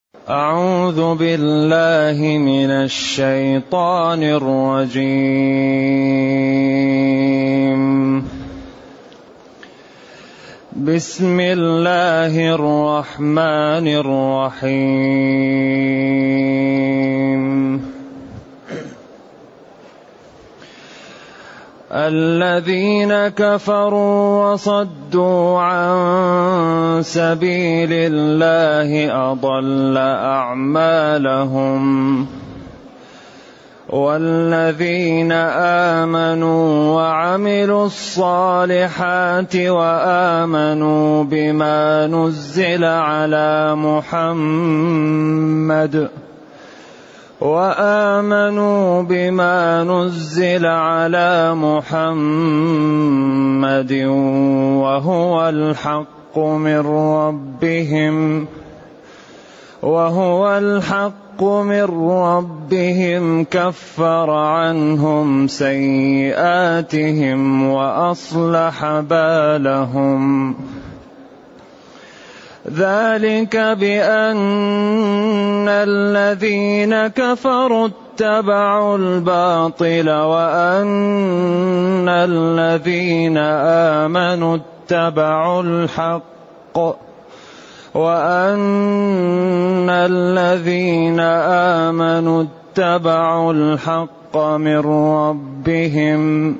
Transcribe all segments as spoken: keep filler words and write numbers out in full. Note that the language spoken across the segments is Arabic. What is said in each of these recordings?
أعوذ بالله من الشيطان الرجيم. بسم الله الرحمن الرحيم. الذين كفروا وصدوا عن سبيل الله أضل أعمالهم، والذين آمنوا وعملوا الصالحات وآمنوا بما نزل على محمد وآمنوا بما نزل على محمد وهو الحق من ربهم وهو الحق من ربهم كفر عنهم سيئاتهم وأصلح بالهم. ذلك بأن الذين كفروا اتبعوا الباطل وأن الذين آمنوا اتبعوا الحق وأن الذين آمنوا اتبعوا الحق من ربهم.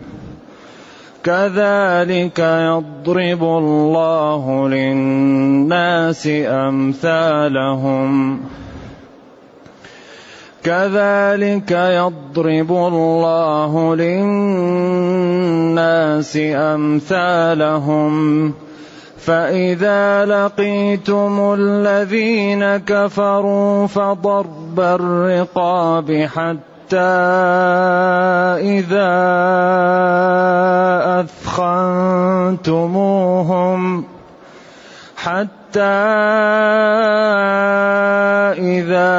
كذلك يضرب الله للناس أمثالهم كذلك يضرب الله للناس أمثالهم فإذا لقيتم الذين كفروا فضرب الرقاب حتى إذا أثخنتموهم حتى إذا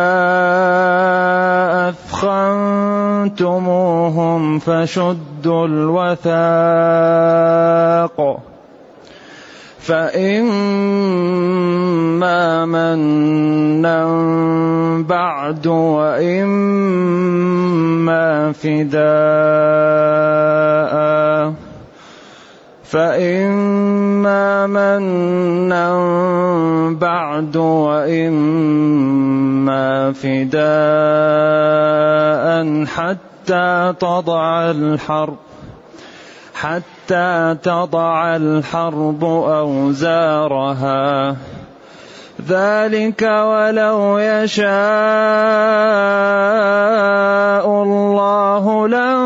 أثخنتموهم فشدوا الوثاق فإما منا بعد وإما فداء فإما منا بعد وإما فداء حتى تضع الحرب حتى تضع الحرب أوزارها. ذلك ولو يشاء الله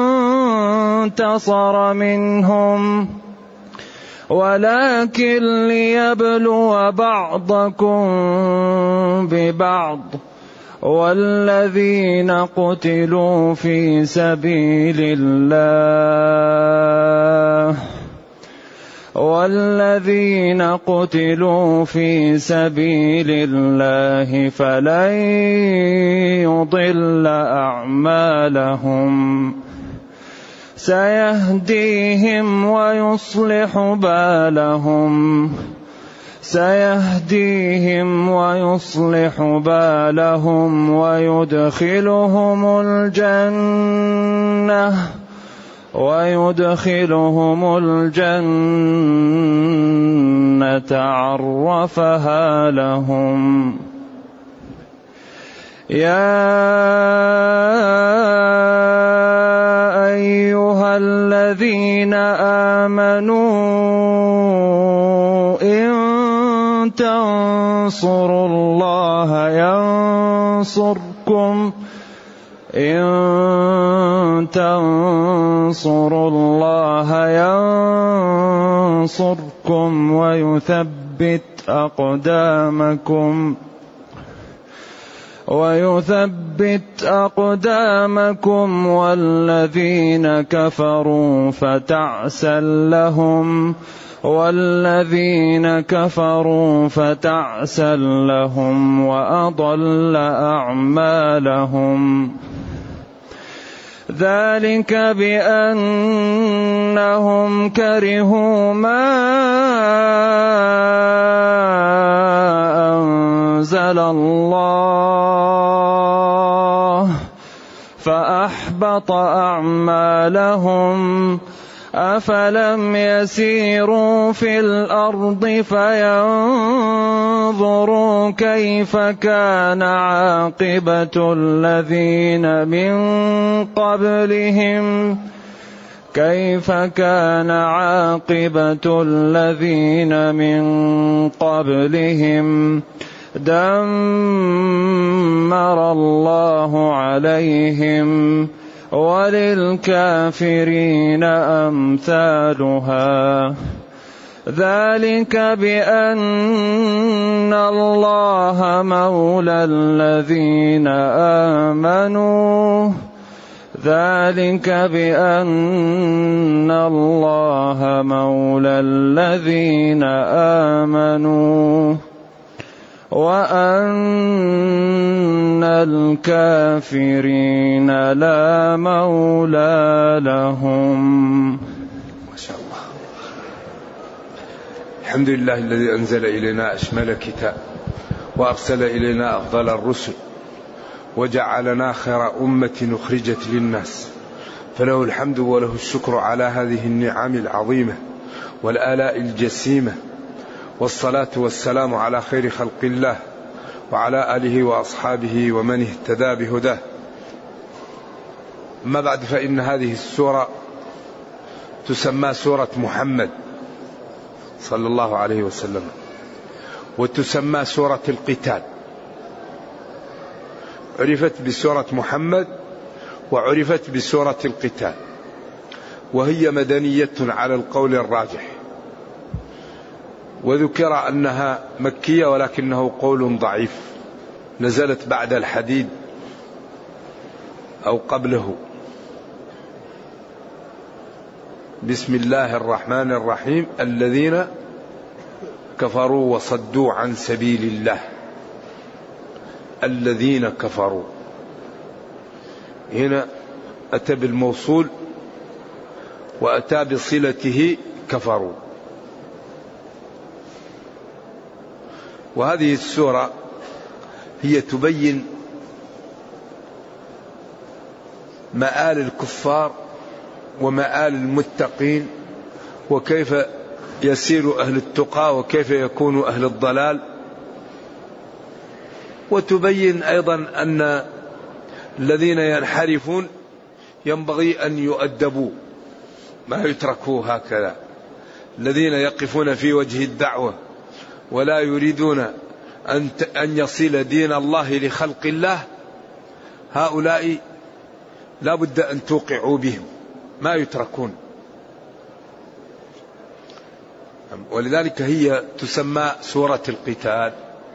لانتصر منهم ولكن ليبلو بعضكم ببعض. والذين قتلوا في سبيل الله والذين قتلوا في سبيل الله فلن يضل أعمالهم سيهديهم ويصلح بالهم سيهديهم ويصلح بالهم ويدخلهم الجنة ويدخلهم الجنة عرفها لهم. يا أيها الذين آمنوا إن تنصروا الله ينصركم إن تنصروا الله ينصركم ويثبت أقدامكم ويثبت أقدامكم. والذين كفروا فتعسا لهم والذين كفروا فتعسا لهم وأضل أعمالهم. ذلك بأنهم كرهوا ما أنزل الله فأحبط أعمالهم أفلم يسيروا في الأرض فينظروا كيف كان عاقبة الذين من قبلهم كيف كان عاقبة الذين من قبلهم دمر الله عليهم وللكافرين أمثالها ذلك بأن الله مولى الذين آمنوا ذلك بأن الله مولى الذين آمنوا وأن الكافرين لا مولى لهم. ما شاء الله. الحمد لله الذي أنزل إلينا أشمل كتاب وأرسل إلينا أفضل الرسل وجعلنا خير أمة أخرجت للناس، فله الحمد وله الشكر على هذه النعم العظيمة والآلاء الجسيمة، والصلاة والسلام على خير خلق الله وعلى آله وأصحابه ومن اهتدى بهداه. أما بعد، فإن هذه السورة تسمى سورة محمد صلى الله عليه وسلم، وتسمى سورة القتال. عرفت بسورة محمد وعرفت بسورة القتال، وهي مدنية على القول الراجح، وذكر أنها مكية ولكنه قول ضعيف، نزلت بعد الحديد أو قبله. بسم الله الرحمن الرحيم الذين كفروا وصدوا عن سبيل الله. الذين كفروا هنا أتى بالموصول وأتى بصلته كفروا. وهذه السورة هي تبين مآل الكفار ومآل المتقين، وكيف يسير أهل التقى وكيف يكون أهل الضلال، وتبين أيضا أن الذين ينحرفون ينبغي أن يؤدبوا، ما يتركوا هكذا. الذين يقفون في وجه الدعوة ولا يريدون أن أن يصل دين الله لخلق الله، هؤلاء لا بد أن توقعوا بهم، ما يتركون. ولذلك هي تسمى سورة القتال.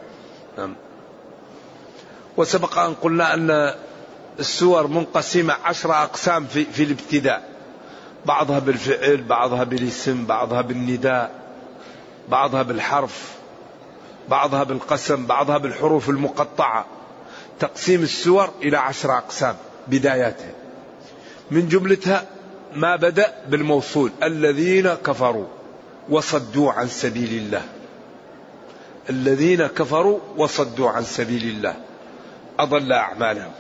وسبق أن قلنا أن السور منقسمة عشر أقسام في, في الابتداء، بعضها بالفعل، بعضها بالاسم، بعضها بالنداء، بعضها بالحرف، بعضها بالقسم، بعضها بالحروف المقطعة. تقسيم السور إلى عشر أقسام بداياتها، من جملتها ما بدأ بالموصول الذين كفروا وصدوا عن سبيل الله. الذين كفروا وصدوا عن سبيل الله أضل أعمالهم.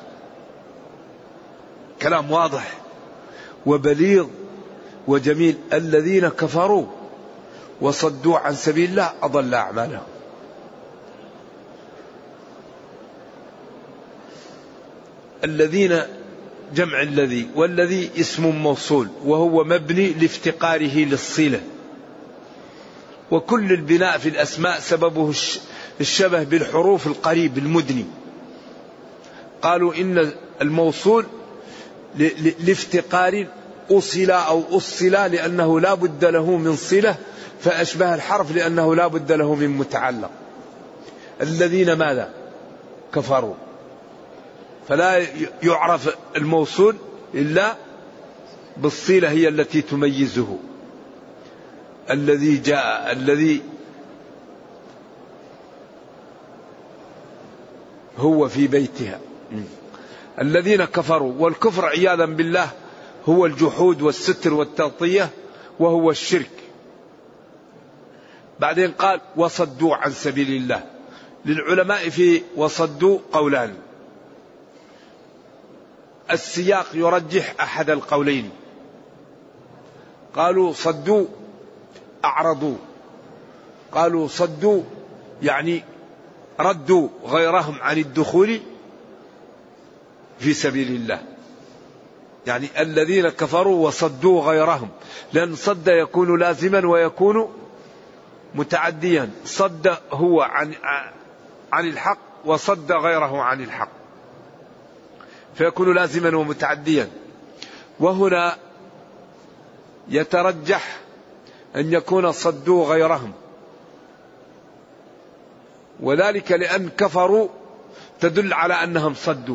كلام واضح وبليغ وجميل. الذين كفروا وصدوا عن سبيل الله أضل أعمالهم. الذين جمع الذي، والذي اسم موصول وهو مبني لافتقاره للصلة، وكل البناء في الأسماء سببه الشبه بالحروف القريب المدني. قالوا إن الموصول لافتقار أصل أو أصل لأنه لا بد له من صلة، فأشبه الحرف لأنه لا بد له من متعلق. الذين ماذا؟ كفروا، فلا يعرف الموصول إلا بالصلة هي التي تميزه. الذي جاء، الذي هو في بيتها. الذين كفروا، والكفر عياذا بالله هو الجحود والستر والتغطية وهو الشرك. بعدين قال وصدوا عن سبيل الله، للعلماء في وصدوا قولان. السياق يرجح أحد القولين، قالوا صدوا أعرضوا، قالوا صدوا يعني ردوا غيرهم عن الدخول في سبيل الله، يعني الذين كفروا وصدوا غيرهم، لأن صد يكون لازما ويكون متعديا. صد هو عن عن الحق وصد غيره عن الحق، فيكون لازما ومتعديا. وهنا يترجح أن يكون صدوا غيرهم، وذلك لأن كفروا تدل على أنهم صدوا،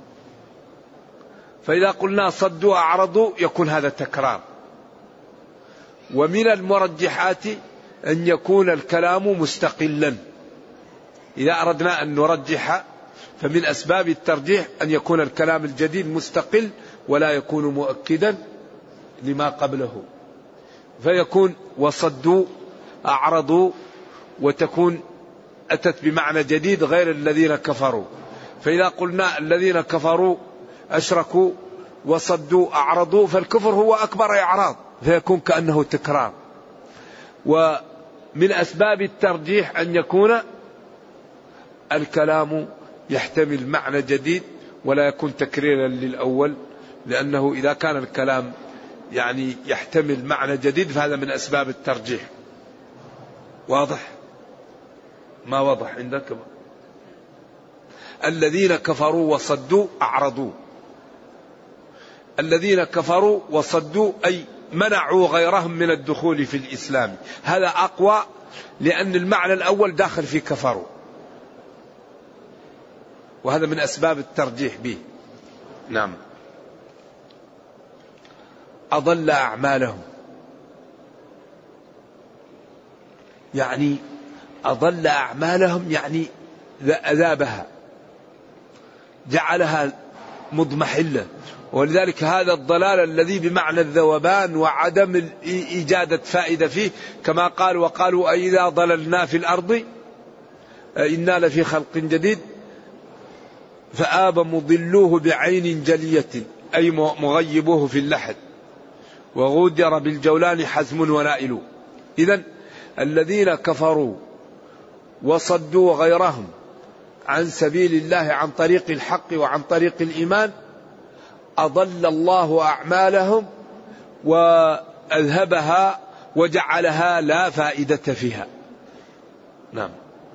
فإذا قلنا صدوا أعرضوا يكون هذا تكرار. ومن المرجحات أن يكون الكلام مستقلا، إذا أردنا أن نرجح فمن أسباب الترجيح أن يكون الكلام الجديد مستقل ولا يكون مؤكدا لما قبله، فيكون وصدوا أعرضوا وتكون أتت بمعنى جديد غير الذين كفروا. فإذا قلنا الذين كفروا أشركوا وصدوا أعرضوا، فالكفر هو أكبر إعراض، فيكون كأنه تكرار. ومن أسباب الترجيح أن يكون الكلام يحتمل معنى جديد ولا يكون تكريرا للأول، لأنه إذا كان الكلام يعني يحتمل معنى جديد فهذا من أسباب الترجيح. واضح؟ ما واضح عندك؟ الذين كفروا وصدوا أعرضوا، الذين كفروا وصدوا أي منعوا غيرهم من الدخول في الإسلام، هذا أقوى لأن المعنى الأول داخل في كفروا، وهذا من أسباب الترجيح به. نعم. أضل أعمالهم، يعني أضل أعمالهم يعني أذابها، جعلها مضمحلة، ولذلك هذا الضلال الذي بمعنى الذوبان وعدم إيجاد فائدة فيه، كما قال وقالوا أئذا ضللنا في الأرض إنا لفي خلق جديد فآب مضلوه بعين جلية أي مغيبوه في اللحد وغدر بالجولان حزم ونائل. إذن الذين كفروا وصدوا غيرهم عن سبيل الله عن طريق الحق وعن طريق الإيمان أضل الله أعمالهم وأذهبها وجعلها لا فائدة فيها. نعم.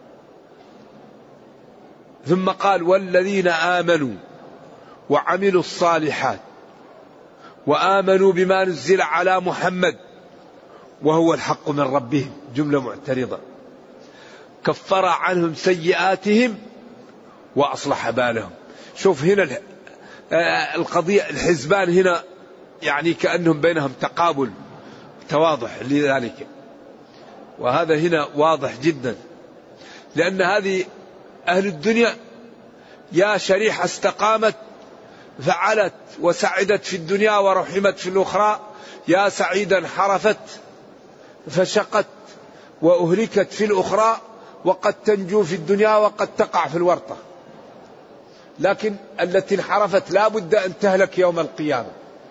ثم قال والذين آمنوا وعملوا الصالحات وآمنوا بما نزل على محمد وهو الحق من ربهم، جملة معترضة، كفر عنهم سيئاتهم وأصلح بالهم. شوف هنا القضية، الحزبان هنا يعني كأنهم بينهم تقابل تواضح لذلك، وهذا هنا واضح جدا، لأن هذه أهل الدنيا يا شريحة استقامت فعلت وسعدت في الدنيا ورحمت في الأخرى، يا سعيدا حرفت فشقت وأهلكت في الأخرى، وقد تنجو في الدنيا وقد تقع في الورطة. لكن التي انحرفت لا بد أن تهلك يوم القيامة،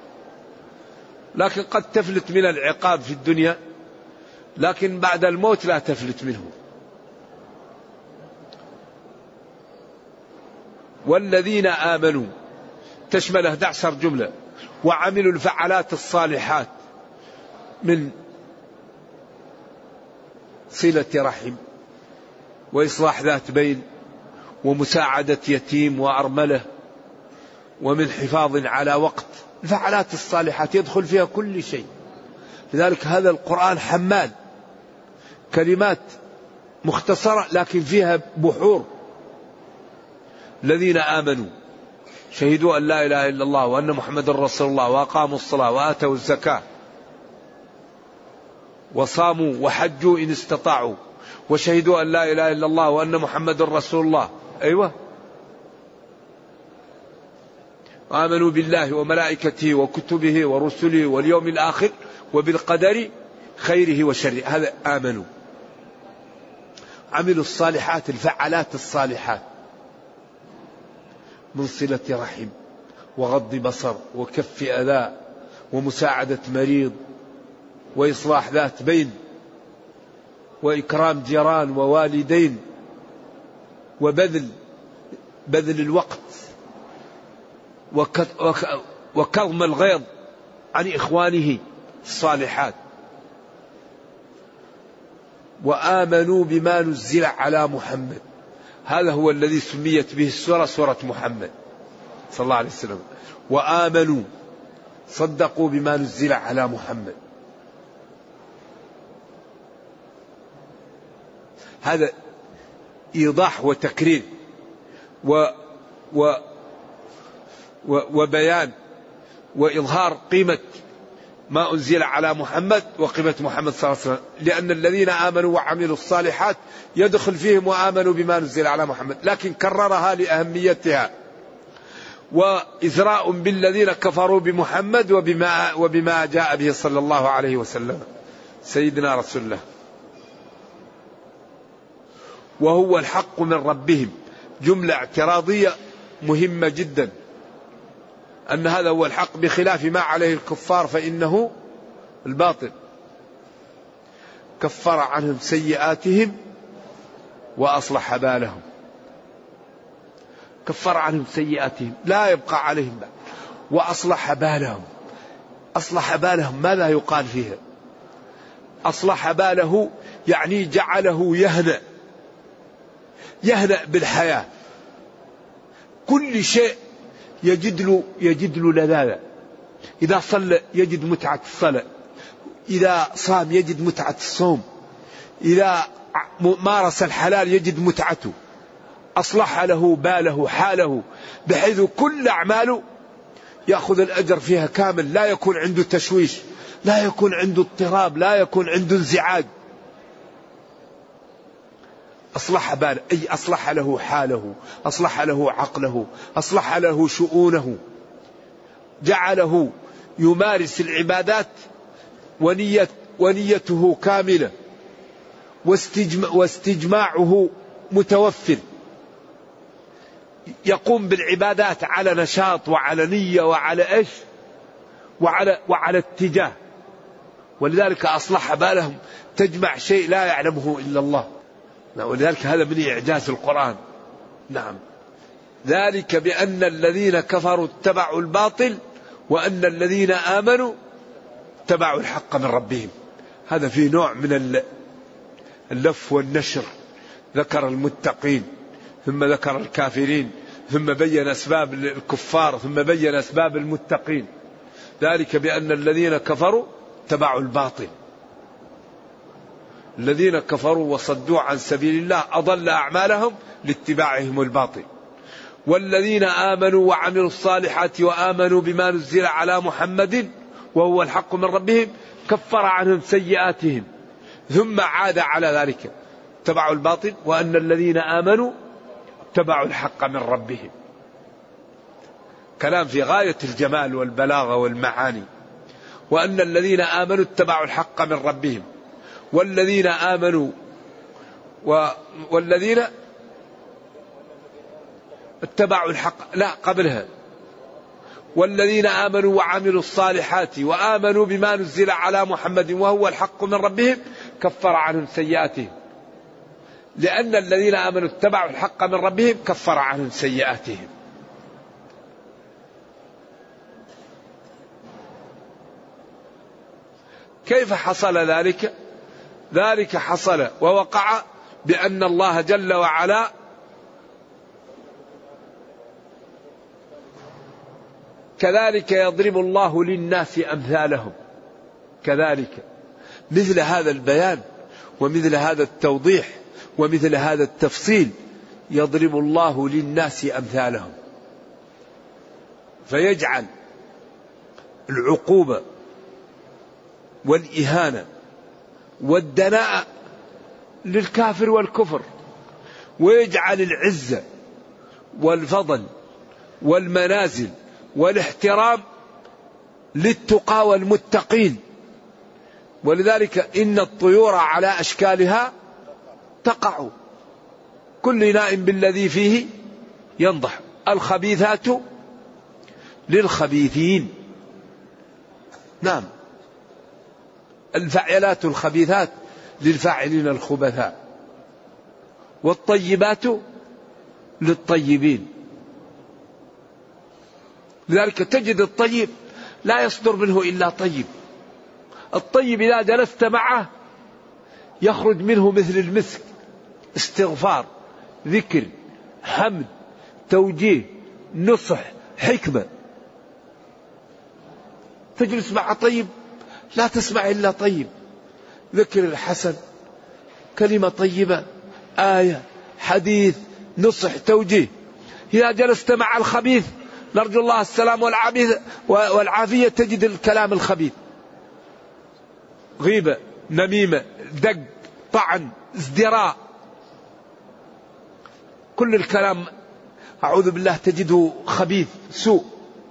لكن قد تفلت من العقاب في الدنيا، لكن بعد الموت لا تفلت منه. والذين آمنوا تشمل أحد عشر جملة، وعملوا الفعالات الصالحات من صلة رحم وإصلاح ذات بين ومساعدة يتيم وأرملة ومن حفاظ على وقت. الفعالات الصالحات يدخل فيها كل شيء، لذلك هذا القرآن حمال كلمات مختصرة لكن فيها بحور. الذين آمنوا شهدوا أن لا إله إلا الله وأن محمد رسول الله وأقاموا الصلاة وآتوا الزكاة وصاموا وحجوا إن استطاعوا وشهدوا أن لا إله إلا الله وأن محمد رسول الله. أيوة. آمنوا بالله وملائكته وكتبه ورسله واليوم الآخر وبالقدر خيره وشره، هذا آمنوا. عملوا الصالحات الفعالات الصالحات من صلة رحم وغض بصر وكف أذى ومساعدة مريض وإصلاح ذات بين وإكرام جيران ووالدين وبذل بذل الوقت وكظم الغيظ عن إخوانه الصالحات. وآمنوا بما نزل على محمد، هذا هو الذي سميت به السورة سورة محمد صلى الله عليه وسلم. وآمنوا صدقوا بما نزل على محمد. هذا إيضاح وتكرير و و و وبيان وإظهار قيمة ما أنزل على محمد وقيمة محمد صلى الله عليه وسلم، لأن الذين آمنوا وعملوا الصالحات يدخل فيهم وآمنوا بما نزل على محمد، لكن كررها لأهميتها وإزراء بالذين كفروا بمحمد وبما, وبما جاء به صلى الله عليه وسلم سيدنا رسول الله. وهو الحق من ربهم، جملة اعتراضية مهمة جدا، أن هذا هو الحق بخلاف ما عليه الكفار فإنه الباطل. كفر عنهم سيئاتهم وأصلح بالهم. كفر عنهم سيئاتهم لا يبقى عليهم بال. وأصلح بالهم. أصلح بالهم ماذا يقال فيها؟ أصلح باله يعني جعله يهنأ يهنأ بالحياة، كل شيء يجد له يجد له لذاذة. إذا صلى يجد متعة الصلاة، إذا صام يجد متعة الصوم، إذا مارس الحلال يجد متعته. أصلح له باله حاله بحيث كل أعماله يأخذ الأجر فيها كامل، لا يكون عنده تشويش، لا يكون عنده اضطراب، لا يكون عنده انزعاج. أصلح باله أي أصلح له حاله، أصلح له عقله، أصلح له شؤونه، جعله يمارس العبادات ونية ونيته كاملة واستجماعه متوفر، يقوم بالعبادات على نشاط وعلى نية وعلى إيش وعلى وعلى اتجاه. ولذلك أصلح بالهم تجمع شيء لا يعلمه إلا الله. ولذلك هذا من إعجاز القرآن. نعم، ذلك بأن الذين كفروا اتبعوا الباطل وأن الذين آمنوا اتبعوا الحق من ربهم. هذا فيه نوع من اللف والنشر، ذكر المتقين ثم ذكر الكافرين ثم بين أسباب الكفار ثم بين أسباب المتقين. ذلك بأن الذين كفروا اتبعوا الباطل، الذين كفروا وصدوا عن سبيل الله أضل أعمالهم لاتباعهم الباطل. والذين آمنوا وعملوا الصالحات وآمنوا بما نزل على محمد وهو الحق من ربهم كفر عنهم سيئاتهم ثم عاد على ذلك اتبعوا الباطل وأن الذين آمنوا اتبعوا الحق من ربهم. كلام في غاية الجمال والبلاغة والمعاني. وأن الذين آمنوا اتبعوا الحق من ربهم والذين آمنوا و... والذين اتبعوا الحق لا قبلها والذين آمنوا وعملوا الصالحات وآمنوا بما نزل على محمد وهو الحق من ربهم كفر عنهم سيئاتهم. لأن الذين آمنوا اتبعوا الحق من ربهم كفر عنهم سيئاتهم. كيف حصل ذلك؟ ذلك حصل ووقع بأن الله جل وعلا كذلك يضرب الله للناس أمثالهم. كذلك مثل هذا البيان ومثل هذا التوضيح ومثل هذا التفصيل يضرب الله للناس أمثالهم، فيجعل العقوبة والإهانة والدناء للكافر والكفر، ويجعل العزة والفضل والمنازل والاحترام للتقى والمتقين. ولذلك إن الطيور على أشكالها تقع كل إناء بالذي فيه ينضح. الخبيثات للخبيثين، نعم، الفاعلات الخبيثات للفاعلين الخبثاء، والطيبات للطيبين. لذلك تجد الطيب لا يصدر منه إلا طيب. الطيب إذا جلست معه يخرج منه مثل المسك، استغفار، ذكر، حمد، توجيه، نصح، حكمة. تجلس مع طيب لا تسمع إلا طيب، ذكر الحسن، كلمة طيبة، آية، حديث، نصح، توجيه. إذا جلست مع الخبيث نرجو الله السلام والعافية تجد الكلام الخبيث، غيبة، نميمة، دق، طعن، ازدراء، كل الكلام أعوذ بالله تجده خبيث سوء.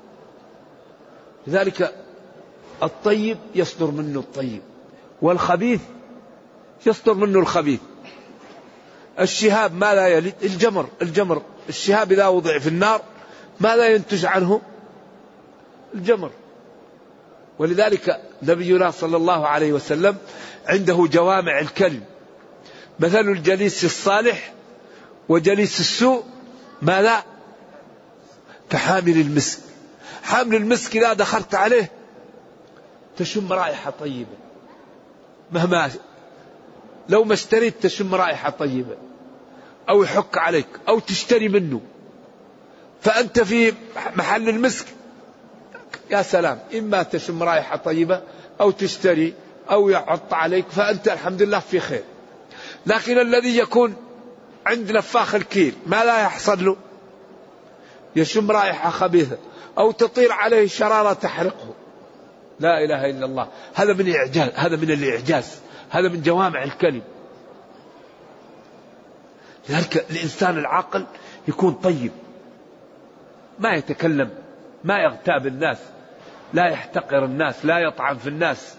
لذلك الطيب يصدر منه الطيب، والخبيث يصدر منه الخبيث. الشهاب ما لا يلد الجمر، الجمر الشهاب إذا وضع في النار ما لا ينتج عنه الجمر. ولذلك نبينا صلى الله عليه وسلم عنده جوامع الكلم. مثل الجليس الصالح وجليس السوء ما لا كحامل المسك. حامل المسك إذا دخلت عليه تشم رائحة طيبة، مهما لو ما اشتريت تشم رائحة طيبة، أو يحك عليك أو تشتري منه، فأنت في محل المسك يا سلام، إما تشم رائحة طيبة أو تشتري أو يعط عليك، فأنت الحمد لله في خير. لكن الذي يكون عند نفاخ الكيل ما لا يحصل له، يشم رائحة خبيثة أو تطير عليه شرارة تحرقه. لا إله إلا الله. هذا من إعجاز، هذا من الإعجاز، هذا من جوامع الكلم. لذلك الإنسان العاقل يكون طيب، ما يتكلم، ما يغتاب الناس، لا يحتقر الناس، لا يطعن في الناس.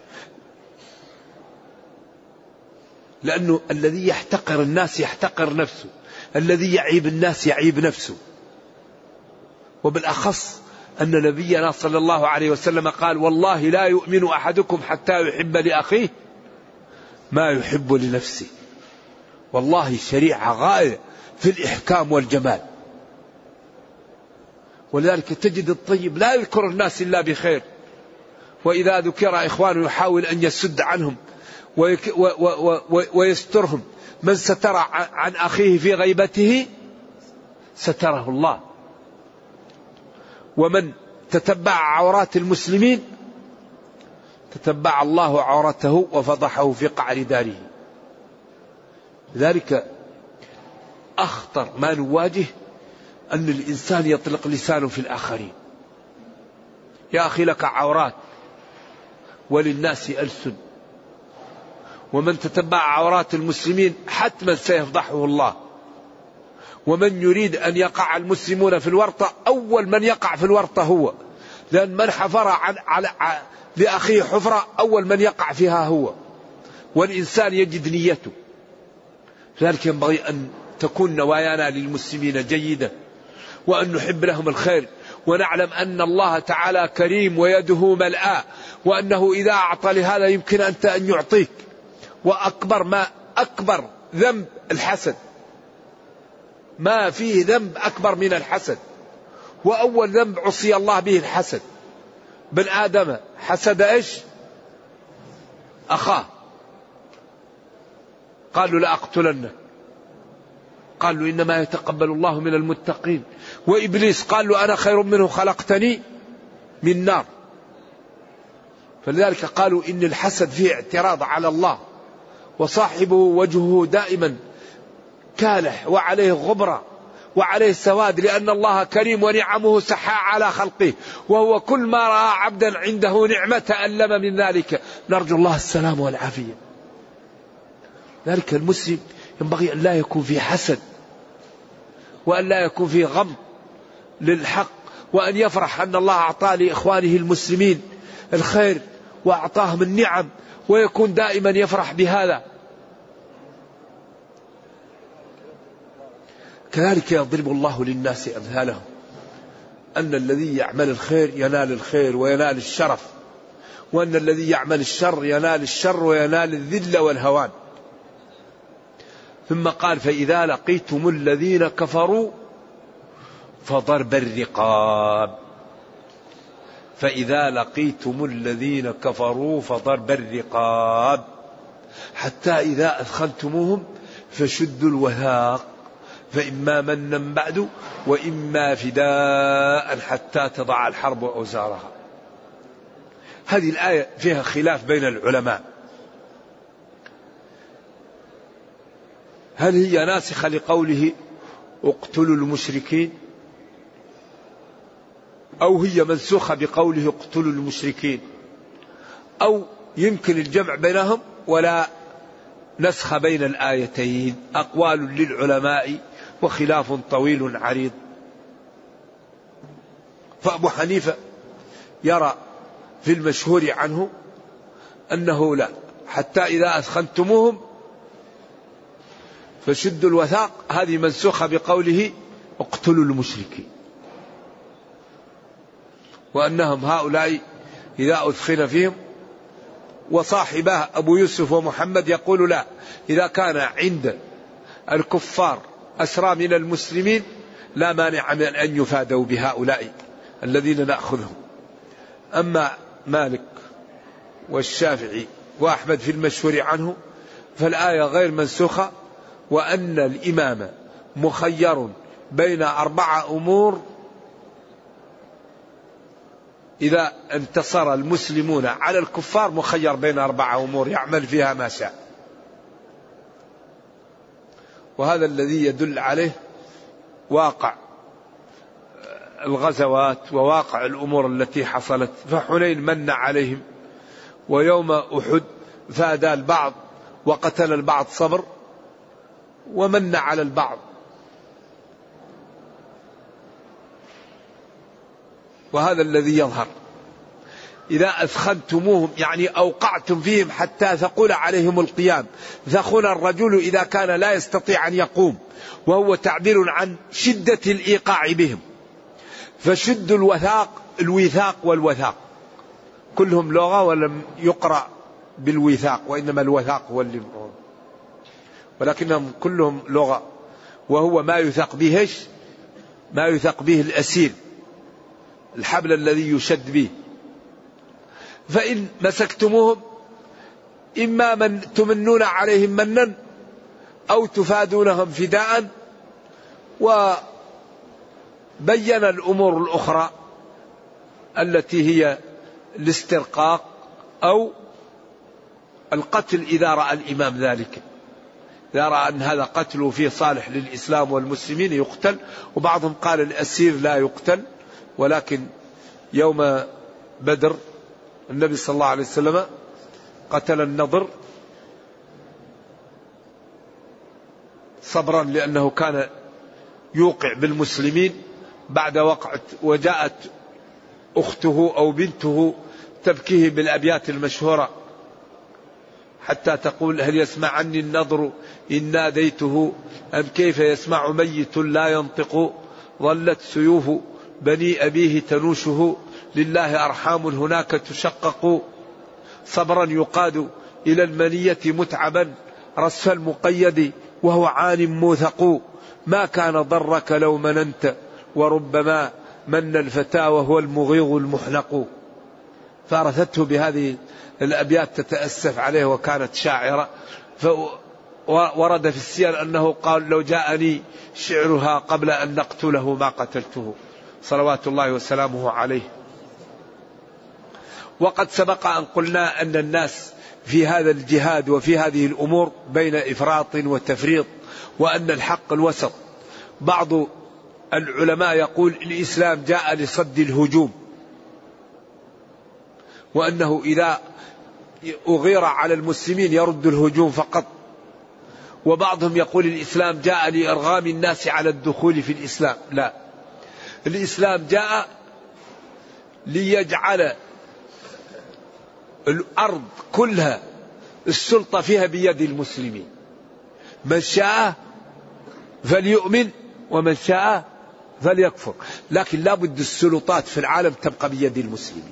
لأنه الذي يحتقر الناس يحتقر نفسه، الذي يعيب الناس يعيب نفسه. وبالأخص أن نبينا صلى الله عليه وسلم قال: والله لا يؤمن أحدكم حتى يحب لأخيه ما يحب لنفسه. والله شريعة غاية في الإحكام والجمال. ولذلك تجد الطيب لا يذكر الناس إلا بخير، وإذا ذكر إخوانه يحاول أن يسد عنهم ويسترهم. من ستر عن أخيه في غيبته ستره الله، ومن تتبع عورات المسلمين تتبع الله عورته وفضحه في قعر داره. لذلك أخطر ما نواجه أن الإنسان يطلق لسانه في الآخرين. يا أخي لك عورات وللناس ألسن، ومن تتبع عورات المسلمين حتما سيفضحه الله. ومن يريد أن يقع المسلمون في الورطة أول من يقع في الورطة هو، لأن من حفر عن على لأخيه حفرة أول من يقع فيها هو. والإنسان يجد نيته. لذلك ينبغي أن تكون نوايانا للمسلمين جيدة، وأن نحب لهم الخير، ونعلم أن الله تعالى كريم ويده ملآ، وأنه إذا أعطى لهذا يمكن أنت أن يعطيك. وأكبر ما أكبر ذنب الحسد، ما فيه ذنب أكبر من الحسد. وأول ذنب عصي الله به الحسد. بن آدم حسد إيش؟ أخاه، قالوا لأقتلنك، قالوا إنما يتقبل الله من المتقين. وإبليس قال له أنا خير منه خلقتني من نار. فلذلك قالوا إن الحسد فيه اعتراض على الله، وصاحبه وجهه دائما كالح وعليه غبرة وعليه سواد، لأن الله كريم ونعمه سحاء على خلقه، وهو كل ما رأى عبدا عنده نعمة تألم من ذلك. نرجو الله السلام والعافية. ذلك المسلم ينبغي أن لا يكون في حسد، وأن لا يكون في غم للحق، وأن يفرح أن الله أعطى لإخوانه المسلمين الخير وأعطاهم النعم، ويكون دائما يفرح بهذا. كذلك يضرب الله للناس أمثالهم أن الذي يعمل الخير ينال الخير وينال الشرف، وأن الذي يعمل الشر ينال الشر وينال الذل والهوان. ثم قال فإذا لقيتم الذين كفروا فضرب الرقاب. فإذا لقيتم الذين كفروا فضرب الرقاب حتى إذا أثخنتموهم فشدوا الوثاق فإما منا بعد وإما فداء حتى تضع الحرب أوزارها. هذه الآية فيها خلاف بين العلماء، هل هي ناسخة لقوله اقتلوا المشركين أو هي منسوخة بقوله اقتلوا المشركين، أو يمكن الجمع بينهم ولا نسخ بين الآيتين. أقوال للعلماء وخلاف طويل عريض. فأبو حنيفة يرى في المشهور عنه أنه لا، حتى إذا أثخنتموهم فشدوا الوثاق، هذه منسوخة بقوله اقتلوا المشركين، وأنهم هؤلاء إذا أثخن فيهم. وصاحباه أبو يوسف ومحمد يقول لا، إذا كان عند الكفار أسرى من المسلمين لا مانع من أن يفادوا بهؤلاء الذين نأخذهم. أما مالك والشافعي وأحمد في المشهور عنه فالآية غير منسوخة، وأن الإمام مخير بين أربعة أمور إذا انتصر المسلمون على الكفار، مخير بين أربعة أمور يعمل فيها ما شاء. وهذا الذي يدل عليه واقع الغزوات وواقع الأمور التي حصلت. فحنين من عليهم، ويوم أحد فادى البعض وقتل البعض صبر، ومن على البعض. وهذا الذي يظهر. إذا أثخنتموهم يعني أوقعتم فيهم حتى ثقل عليهم القيام. ثخن الرجل إذا كان لا يستطيع أن يقوم، وهو تعبير عن شدة الإيقاع بهم. فشد الوثاق، الوثاق والوثاق كلهم لغة ولم يقرأ بالوثاق، وإنما الوثاق هو اللي، ولكنهم كلهم لغة، وهو ما يثق به ما يثق به الأسير، الحبل الذي يشد به. فإن مسكتموهم إما من تمنون عليهم منا أو تفادونهم فداء. وبين الأمور الأخرى التي هي الاسترقاق أو القتل إذا رأى الإمام ذلك، إذا رأى أن هذا قتل فيه صالح للإسلام والمسلمين يقتل. وبعضهم قال الأسير لا يقتل، ولكن يوم بدر النبي صلى الله عليه وسلم قتل النضر صبرا لأنه كان يوقع بالمسلمين بعد وقعة، وجاءت أخته أو بنته تبكيه بالأبيات المشهورة حتى تقول هل يسمع عني النضر إن ناديته أم كيف يسمع ميت لا ينطق. ظلت سيوف بني أبيه تنوشه لله أرحام هناك تشقق. صبرا يقاد إلى المنية متعبا رسف المقيد وهو عان موثق. ما كان ضرك لو مننت وربما من الفتى وهو المغيظ المحنق. فارثته بهذه الأبيات تتأسف عليه، وكانت شاعرة. ورد في السير أنه قال لو جاءني شعرها قبل أن نقتله ما قتلته صلوات الله وسلامه عليه. وقد سبق أن قلنا أن الناس في هذا الجهاد وفي هذه الأمور بين إفراط وتفريط، وأن الحق الوسط. بعض العلماء يقول الإسلام جاء لصد الهجوم، وأنه إذا أغير على المسلمين يرد الهجوم فقط. وبعضهم يقول الإسلام جاء لإرغام الناس على الدخول في الإسلام. لا، الإسلام جاء ليجعل الأرض كلها السلطة فيها بيد المسلمين. من شاء فليؤمن ومن شاء فليكفر. لكن لا بد السلطات في العالم تبقى بيد المسلمين.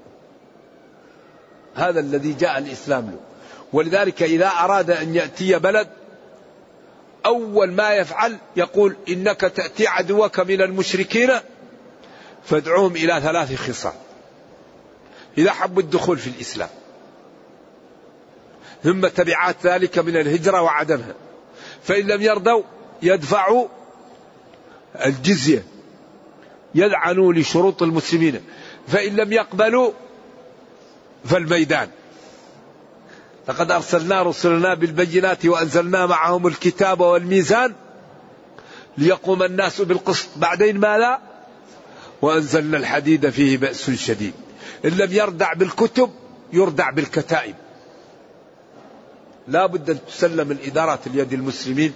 هذا الذي جاء الإسلام له. ولذلك إذا أراد أن يأتي بلد أول ما يفعل يقول إنك تأتي عدوك من المشركين فادعوهم إلى ثلاث خصال إذا حبوا الدخول في الإسلام، ثم تبعات ذلك من الهجرة وعدمها، فإن لم يرضوا يدفعوا الجزية يلعنوا لشروط المسلمين، فإن لم يقبلوا فالميدان. لقد أرسلنا رسلنا بالبينات وأنزلنا معهم الكتاب والميزان ليقوم الناس بالقسط. بعدين ماذا؟ وأنزلنا الحديد فيه بأس شديد. إن لم يردع بالكتب يردع بالكتائب. لا بد أن تسلم الإدارات اليد المسلمين.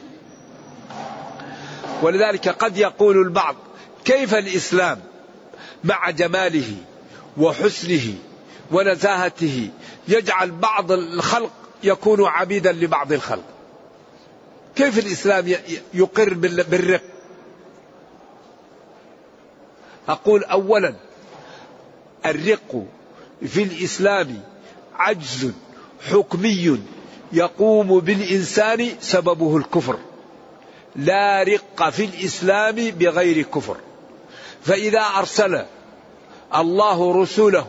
ولذلك قد يقول البعض كيف الإسلام مع جماله وحسنه ونزاهته يجعل بعض الخلق يكون عبيدا لبعض الخلق؟ كيف الإسلام يقر بالرق؟ أقول أولا الرق في الإسلام عجز حكمي يقوم بالإنسان سببه الكفر. لا رق في الإسلام بغير كفر. فإذا أرسل الله رسوله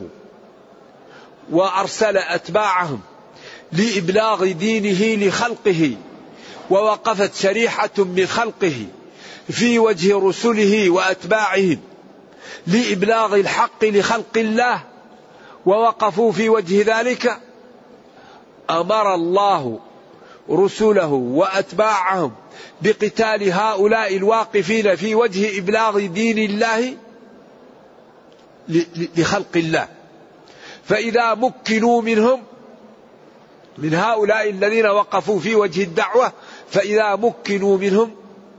وأرسل أتباعهم لإبلاغ دينه لخلقه ووقفت شريحة من خلقه في وجه رسله وأتباعهم لإبلاغ الحق لخلق الله ووقفوا في وجه ذلك، أمر الله رسله وأتباعهم بقتال هؤلاء الواقفين في وجه إبلاغ دين الله لخلق الله. فإذا مكنوا منهم من هؤلاء الذين وقفوا في وجه الدعوة، فإذا مكنوا منهم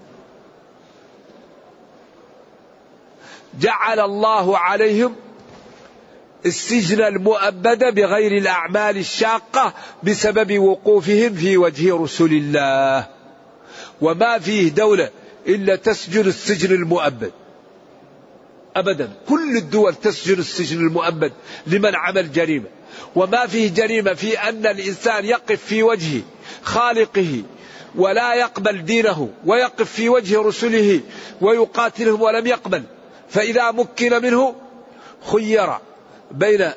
جعل الله عليهم السجن المؤبد بغير الأعمال الشاقة بسبب وقوفهم في وجه رسول الله. وما فيه دولة إلا تسجن السجن المؤبد أبدا. كل الدول تسجن السجن المؤبد لمن عمل جريمة. وما فيه جريمة في أن الإنسان يقف في وجه خالقه ولا يقبل دينه ويقف في وجه رسله ويقاتلهم ولم يقبل، فإذا مكن منه خير بين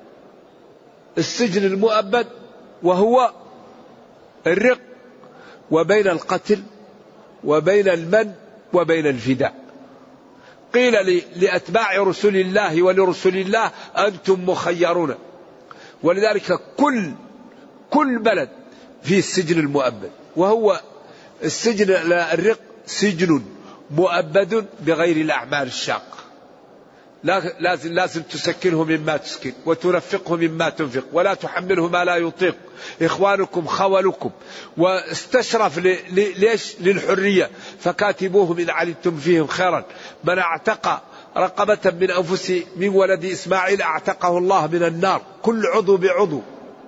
السجن المؤبد وهو الرق وبين القتل وبين المن وبين الفداء. قيل لأتباع رسول الله ولرسول الله أنتم مخيرون. ولذلك كل كل بلد فيه السجن المؤبد، وهو السجن الرق سجن مؤبد بغير الأعمال الشاقة. لازم لازم تسكنه مما تسكن وترفقه مما تنفق ولا تحمله ما لا يطيق. إخوانكم خولكم. واستشرف ليش؟ للحرية. فكاتبوهم إن علمتم فيهم خيرا. من اعتق رقبة من أنفس من ولد إسماعيل اعتقه الله من النار، كل عضو بعضو.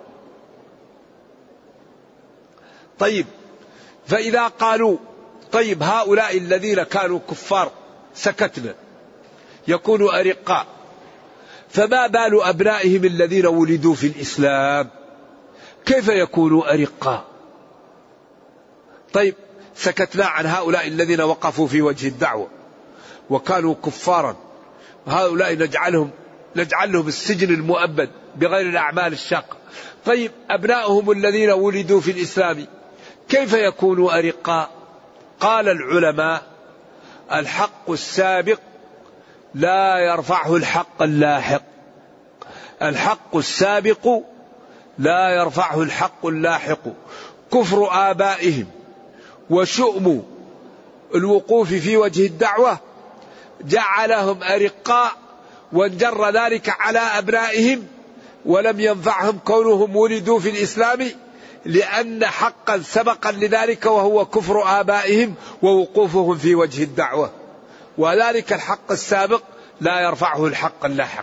طيب فإذا قالوا طيب هؤلاء الذين كانوا كفار سكتنا يكونوا أرقاء، فما بال أبنائهم الذين ولدوا في الإسلام كيف يكونوا أرقاء؟ طيب سكتنا عن هؤلاء الذين وقفوا في وجه الدعوة وكانوا كفارا، هؤلاء نجعلهم نجعل لهم السجن المؤبد بغير الأعمال الشاقة. طيب أبنائهم الذين ولدوا في الإسلام كيف يكونوا أرقاء؟ قال العلماء الحق السابق لا يرفعه الحق اللاحق. الحق السابق لا يرفعه الحق اللاحق. كفر آبائهم وشؤم الوقوف في وجه الدعوة جعلهم أرقاء وانجر ذلك على أبنائهم، ولم ينفعهم كونهم ولدوا في الإسلام لأن حقا سبقا لذلك وهو كفر آبائهم ووقوفهم في وجه الدعوة. وذلك الحق السابق لا يرفعه الحق اللاحق.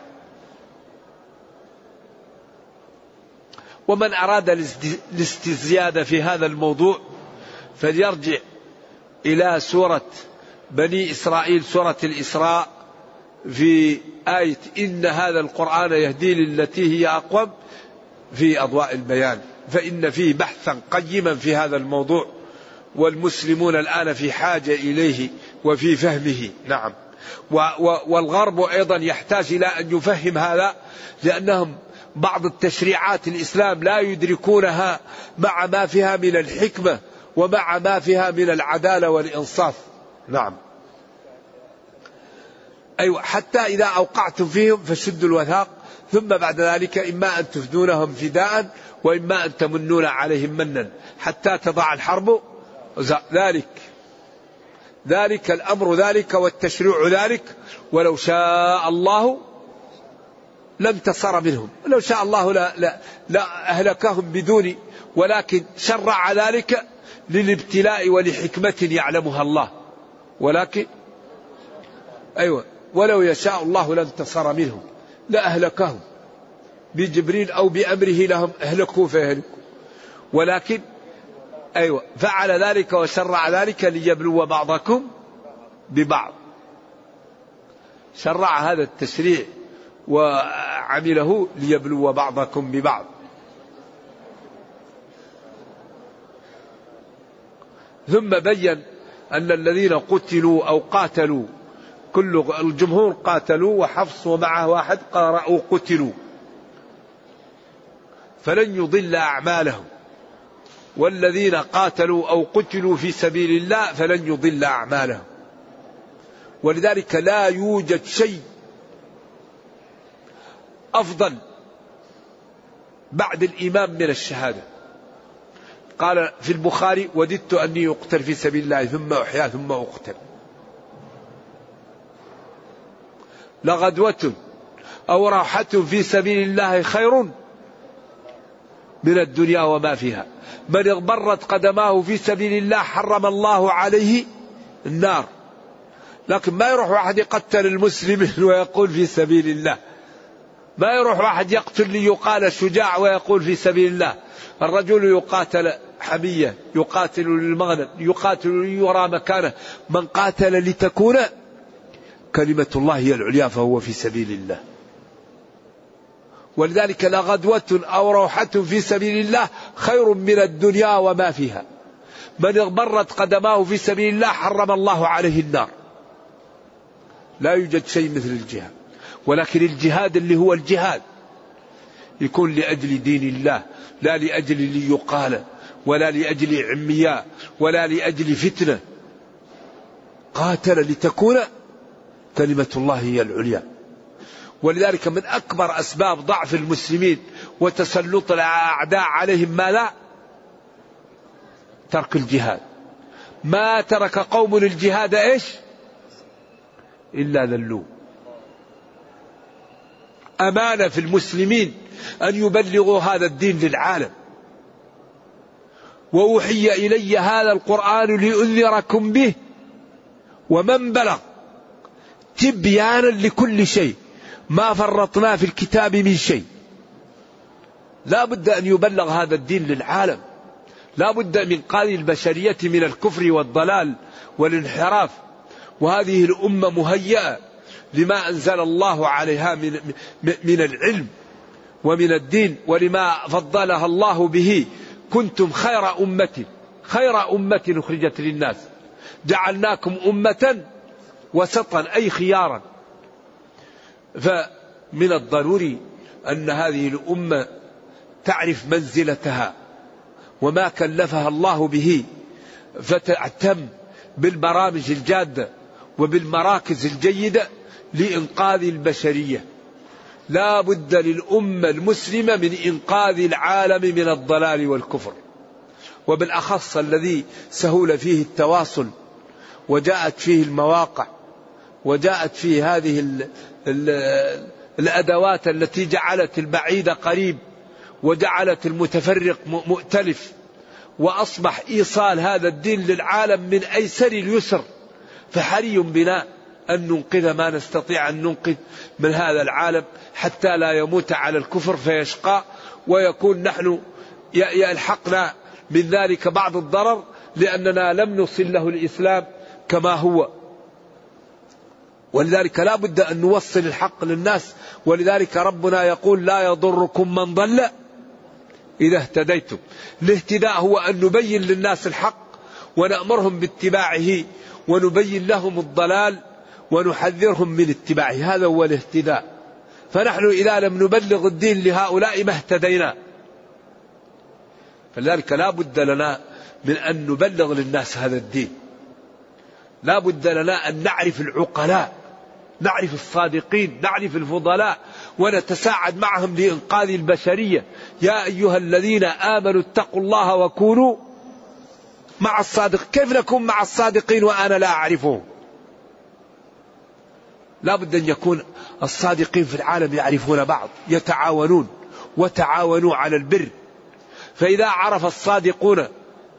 ومن أراد الاستزيادة في هذا الموضوع فليرجع إلى سورة بني إسرائيل سورة الإسراء في آية إن هذا القرآن يهدي للتي هي أقوم في أضواء البيان، فإن فيه بحثا قيما في هذا الموضوع، والمسلمون الآن في حاجة إليه وفي فهمه. نعم. والغرب أيضا يحتاج إلى أن يفهم هذا، لأنهم بعض التشريعات الإسلام لا يدركونها مع ما فيها من الحكمة ومع ما فيها من العدالة والإنصاف. نعم. أيوة، حتى إذا أوقعتم فيهم فشدوا الوثاق، ثم بعد ذلك إما أن تفدونهم فداء وإما أن تمنون عليهم منا حتى تضع الحرب ذلك ذلك الأمر ذلك والتشريع ذلك، ولو شاء الله لانتصر منهم، لو شاء الله لا, لا, لا أهلكهم بدون، ولكن شرع ذلك للابتلاء ولحكمة يعلمها الله. ولكن أيوة ولو يشاء الله لانتصر منهم لأهلكهم بجبريل أو بأمره لهم أهلكوا فيهلكوا، ولكن أيوة فعل ذلك وشرع ذلك ليبلو بعضكم ببعض. شرع هذا التشريع وعمله ليبلو بعضكم ببعض. ثم بين أن الذين قتلوا أو قاتلوا، كل الجمهور قاتلوا وحفص ومعه واحد قرأوا قتلوا، فلن يضل أعمالهم، والذين قاتلوا أو قتلوا في سبيل الله فلن يضل أعمالهم. ولذلك لا يوجد شيء أفضل بعد الإيمان من الشهادة. قال في البخاري: وددت أني أقتل في سبيل الله ثم أحيا ثم أقتل. لغدوة أو راحة في سبيل الله خير من الدنيا وما فيها. من اغبرت قدماه في سبيل الله حرم الله عليه النار. لكن ما يروح واحد يقتل المسلمين ويقول في سبيل الله، ما يروح واحد يقتل ليقال شجاع ويقول في سبيل الله. الرجل يقاتل حمية، يقاتل للمغنم، يقاتل ليرى مكانه. من قاتل لتكون كلمة الله هي العليا فهو في سبيل الله. ولذلك لغدوة أو روحة في سبيل الله خير من الدنيا وما فيها. من اغبرت قدماه في سبيل الله حرم الله عليه النار. لا يوجد شيء مثل الجهاد، ولكن الجهاد اللي هو الجهاد يكون لأجل دين الله، لا لأجل ليقال ولا لأجل عمياء ولا لأجل فتنة. قاتل لتكون كلمة الله هي العليا. ولذلك من أكبر أسباب ضعف المسلمين وتسلط الأعداء عليهم ما لا ترك الجهاد. ما ترك قوم الجهاد إيش إلا ذلوا. أمانة في المسلمين أن يبلغوا هذا الدين للعالم. وأوحي إلي هذا القرآن لأنذركم به ومن بلغ تبيانا لكل شيء ما فرطنا في الكتاب من شيء. لا بد أن يبلغ هذا الدين للعالم، لا بد من إنقاذ البشرية من الكفر والضلال والانحراف. وهذه الأمة مهيئة لما أنزل الله عليها من, من العلم ومن الدين، ولما فضلها الله به. كنتم خير أمة خير أمة أخرجت للناس جعلناكم أمة وسطا أي خيارا. فمن الضروري أن هذه الأمة تعرف منزلتها وما كلفها الله به، فتهتم بالبرامج الجادة وبالمراكز الجيدة لإنقاذ البشرية. لا بد للأمة المسلمة من إنقاذ العالم من الضلال والكفر، وبالأخص الذي سهول فيه التواصل وجاءت فيه المواقع وجاءت فيه هذه ال ال الأدوات التي جعلت البعيد قريب وجعلت المتفرق مؤتلف، وأصبح إيصال هذا الدين للعالم من أيسر اليسر. فحري بنا أن ننقذ ما نستطيع أن ننقذ من هذا العالم حتى لا يموت على الكفر فيشقى، ويكون نحن يلحقنا من ذلك بعض الضرر لأننا لم نصل له الإسلام كما هو. ولذلك لا بد أن نوصل الحق للناس. ولذلك ربنا يقول لا يضركم من ضل إذا اهتديتم. الاهتداء هو أن نبين للناس الحق ونأمرهم باتباعه ونبين لهم الضلال ونحذرهم من اتباعه، هذا هو الاهتداء. فنحن إذا لم نبلغ الدين لهؤلاء ما اهتدينا. فلذلك لا بد لنا من أن نبلغ للناس هذا الدين. لا بد لنا أن نعرف العقلاء، نعرف الصادقين، نعرف الفضلاء، ونتساعد معهم لإنقاذ البشرية. يا أيها الذين آمنوا اتقوا الله وكونوا مع الصادق. كيف نكون مع الصادقين وأنا لا أعرفهم؟ لا بد أن يكون الصادقين في العالم يعرفون بعض، يتعاونون، وتعاونوا على البر. فإذا عرف الصادقون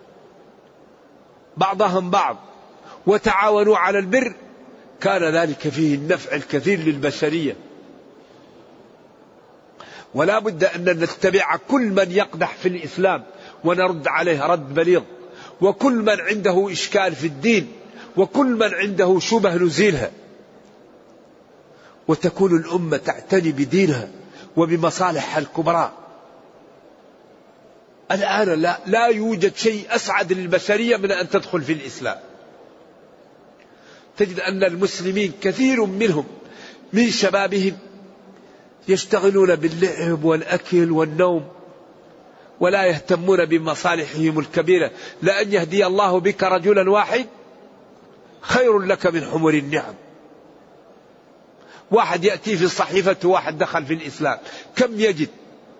بعضهم بعض وتعاونوا على البر كان ذلك فيه النفع الكثير للبشرية. ولا بد أن نتبع كل من يقدح في الإسلام ونرد عليه رد بليغ، وكل من عنده إشكال في الدين، وكل من عنده شبه نزيلها، وتكون الأمة تعتني بدينها وبمصالحها الكبرى. الآن لا, لا يوجد شيء أسعد للبشرية من أن تدخل في الإسلام. تجد أن المسلمين كثير منهم من شبابهم يشتغلون باللعب والأكل والنوم ولا يهتمون بمصالحهم الكبيرة. لأن يهدي الله بك رجلا واحد خير لك من حمر النعم. واحد يأتي في صحيفته واحد دخل في الإسلام كم يجد.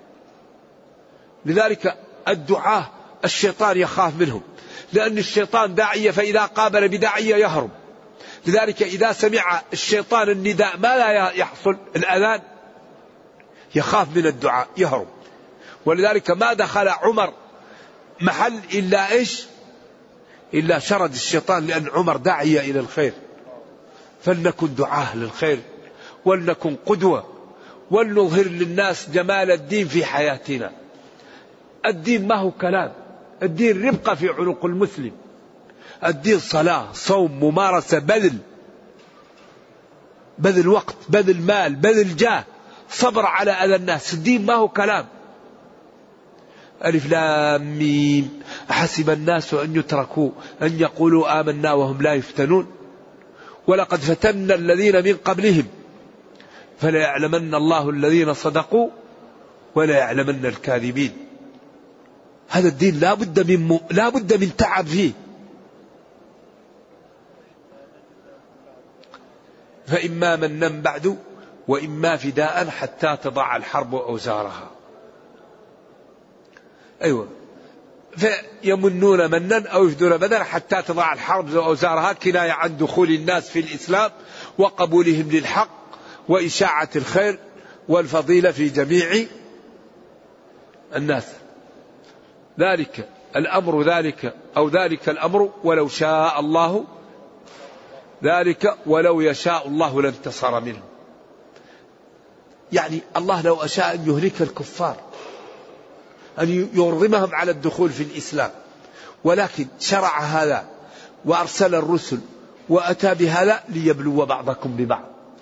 لذلك الدعاة الشيطان يخاف منهم، لأن الشيطان داعية، فإذا قابل بداعية يهرب. لذلك إذا سمع الشيطان النداء ما لا يحصل الأذان يخاف من الدعاء يهرب. ولذلك ما دخل عمر محل إلا إيش إلا شرد الشيطان، لأن عمر داعية إلى الخير. فلنكن دعاة للخير، ولنكن قدوة، ولنظهر للناس جمال الدين في حياتنا. الدين ما هو كلام، الدين ربقة في عنق المسلم. الدين صلاة، صوم، ممارسة، بذل بذل وقت، بذل مال، بذل جاه، صبر على أذى الناس. الدين ما هو كلام. ألف لام ميم أحسب الناس أن يتركوا أن يقولوا آمنا وهم لا يفتنون ولقد فتنا الذين من قبلهم فلا يعلمن الله الذين صدقوا ولا يعلمن الكاذبين. هذا الدين لا بد من م... لا بد من تعب فيه. فإما منا بعد وإما فداء حتى تضع الحرب أوزارها. أيوة، فيمنون منا أو يفدون منا حتى تضع الحرب أوزارها، كناية عن دخول الناس في الإسلام وقبولهم للحق وإشاعة الخير والفضيلة في جميع الناس. ذلك الأمر ذلك أو ذلك الأمر ولو شاء الله، ذلك ولو يشاء الله لانتصر منه. يعني الله لو أشاء أن يهلك الكفار، أن يرغمهم على الدخول في الإسلام، ولكن شرع هذا وأرسل الرسل وأتى بهذا ليبلو بعضكم ببعض.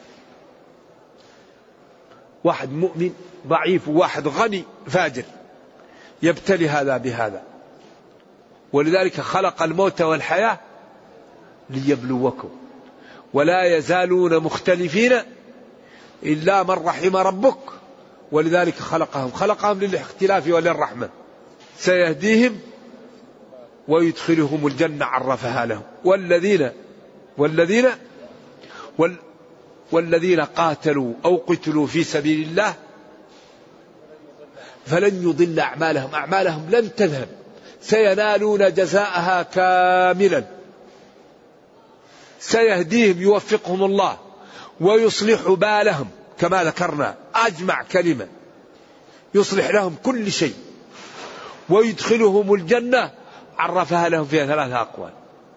واحد مؤمن ضعيف وواحد غني فاجر يبتلي هذا بهذا. ولذلك خلق الموت والحياة ليبلوكم ولا يزالون مختلفين إلا من رحم ربك. ولذلك خلقهم خلقهم للاختلاف وللرحمة. سيهديهم ويدخلهم الجنة عرفها لهم. والذين والذين وال والذين قاتلوا أو قتلوا في سبيل الله فلن يضل أعمالهم، أعمالهم لن تذهب، سينالون جزاءها كاملا. سيهديهم يوفقهم الله ويصلح بالهم، كما ذكرنا أجمع كلمة، يصلح لهم كل شيء ويدخلهم الجنة عرفها لهم فيها ثلاثة أقوال.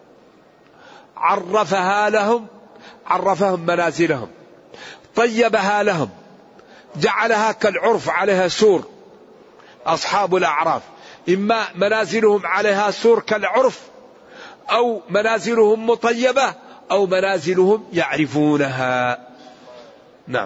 عرفها لهم، عرفهم منازلهم، طيبها لهم، جعلها كالعرف عليها سور. أصحاب الأعراف إما منازلهم عليها سور كالعرف أو منازلهم مطيبة أو منازلهم يعرفونها. نعم.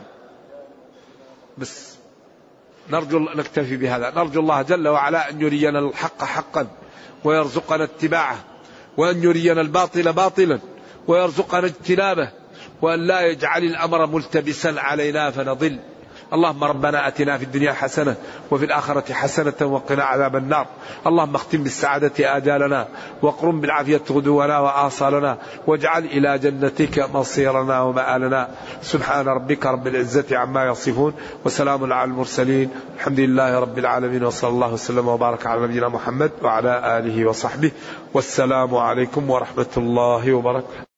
بس نرجو نكتفي بهذا. نرجو الله جل وعلا أن يرينا الحق حقا ويرزقنا اتباعه، وأن يرينا الباطل باطلا ويرزقنا اجتنابه، وأن لا يجعل الأمر ملتبسا علينا فنضل. اللهم ربنا أتنا في الدنيا حسنة وفي الآخرة حسنة وقنا عذاب النار. اللهم اختم بالسعادة آجالنا واقرم بالعافية غدونا وآصالنا، واجعل إلى جنتك مصيرنا ومآلنا. سبحان ربك رب العزة عما يصفون، وسلام على المرسلين، الحمد لله رب العالمين، وصلى الله وسلم وبارك على نبينا محمد وعلى آله وصحبه، والسلام عليكم ورحمة الله وبركاته.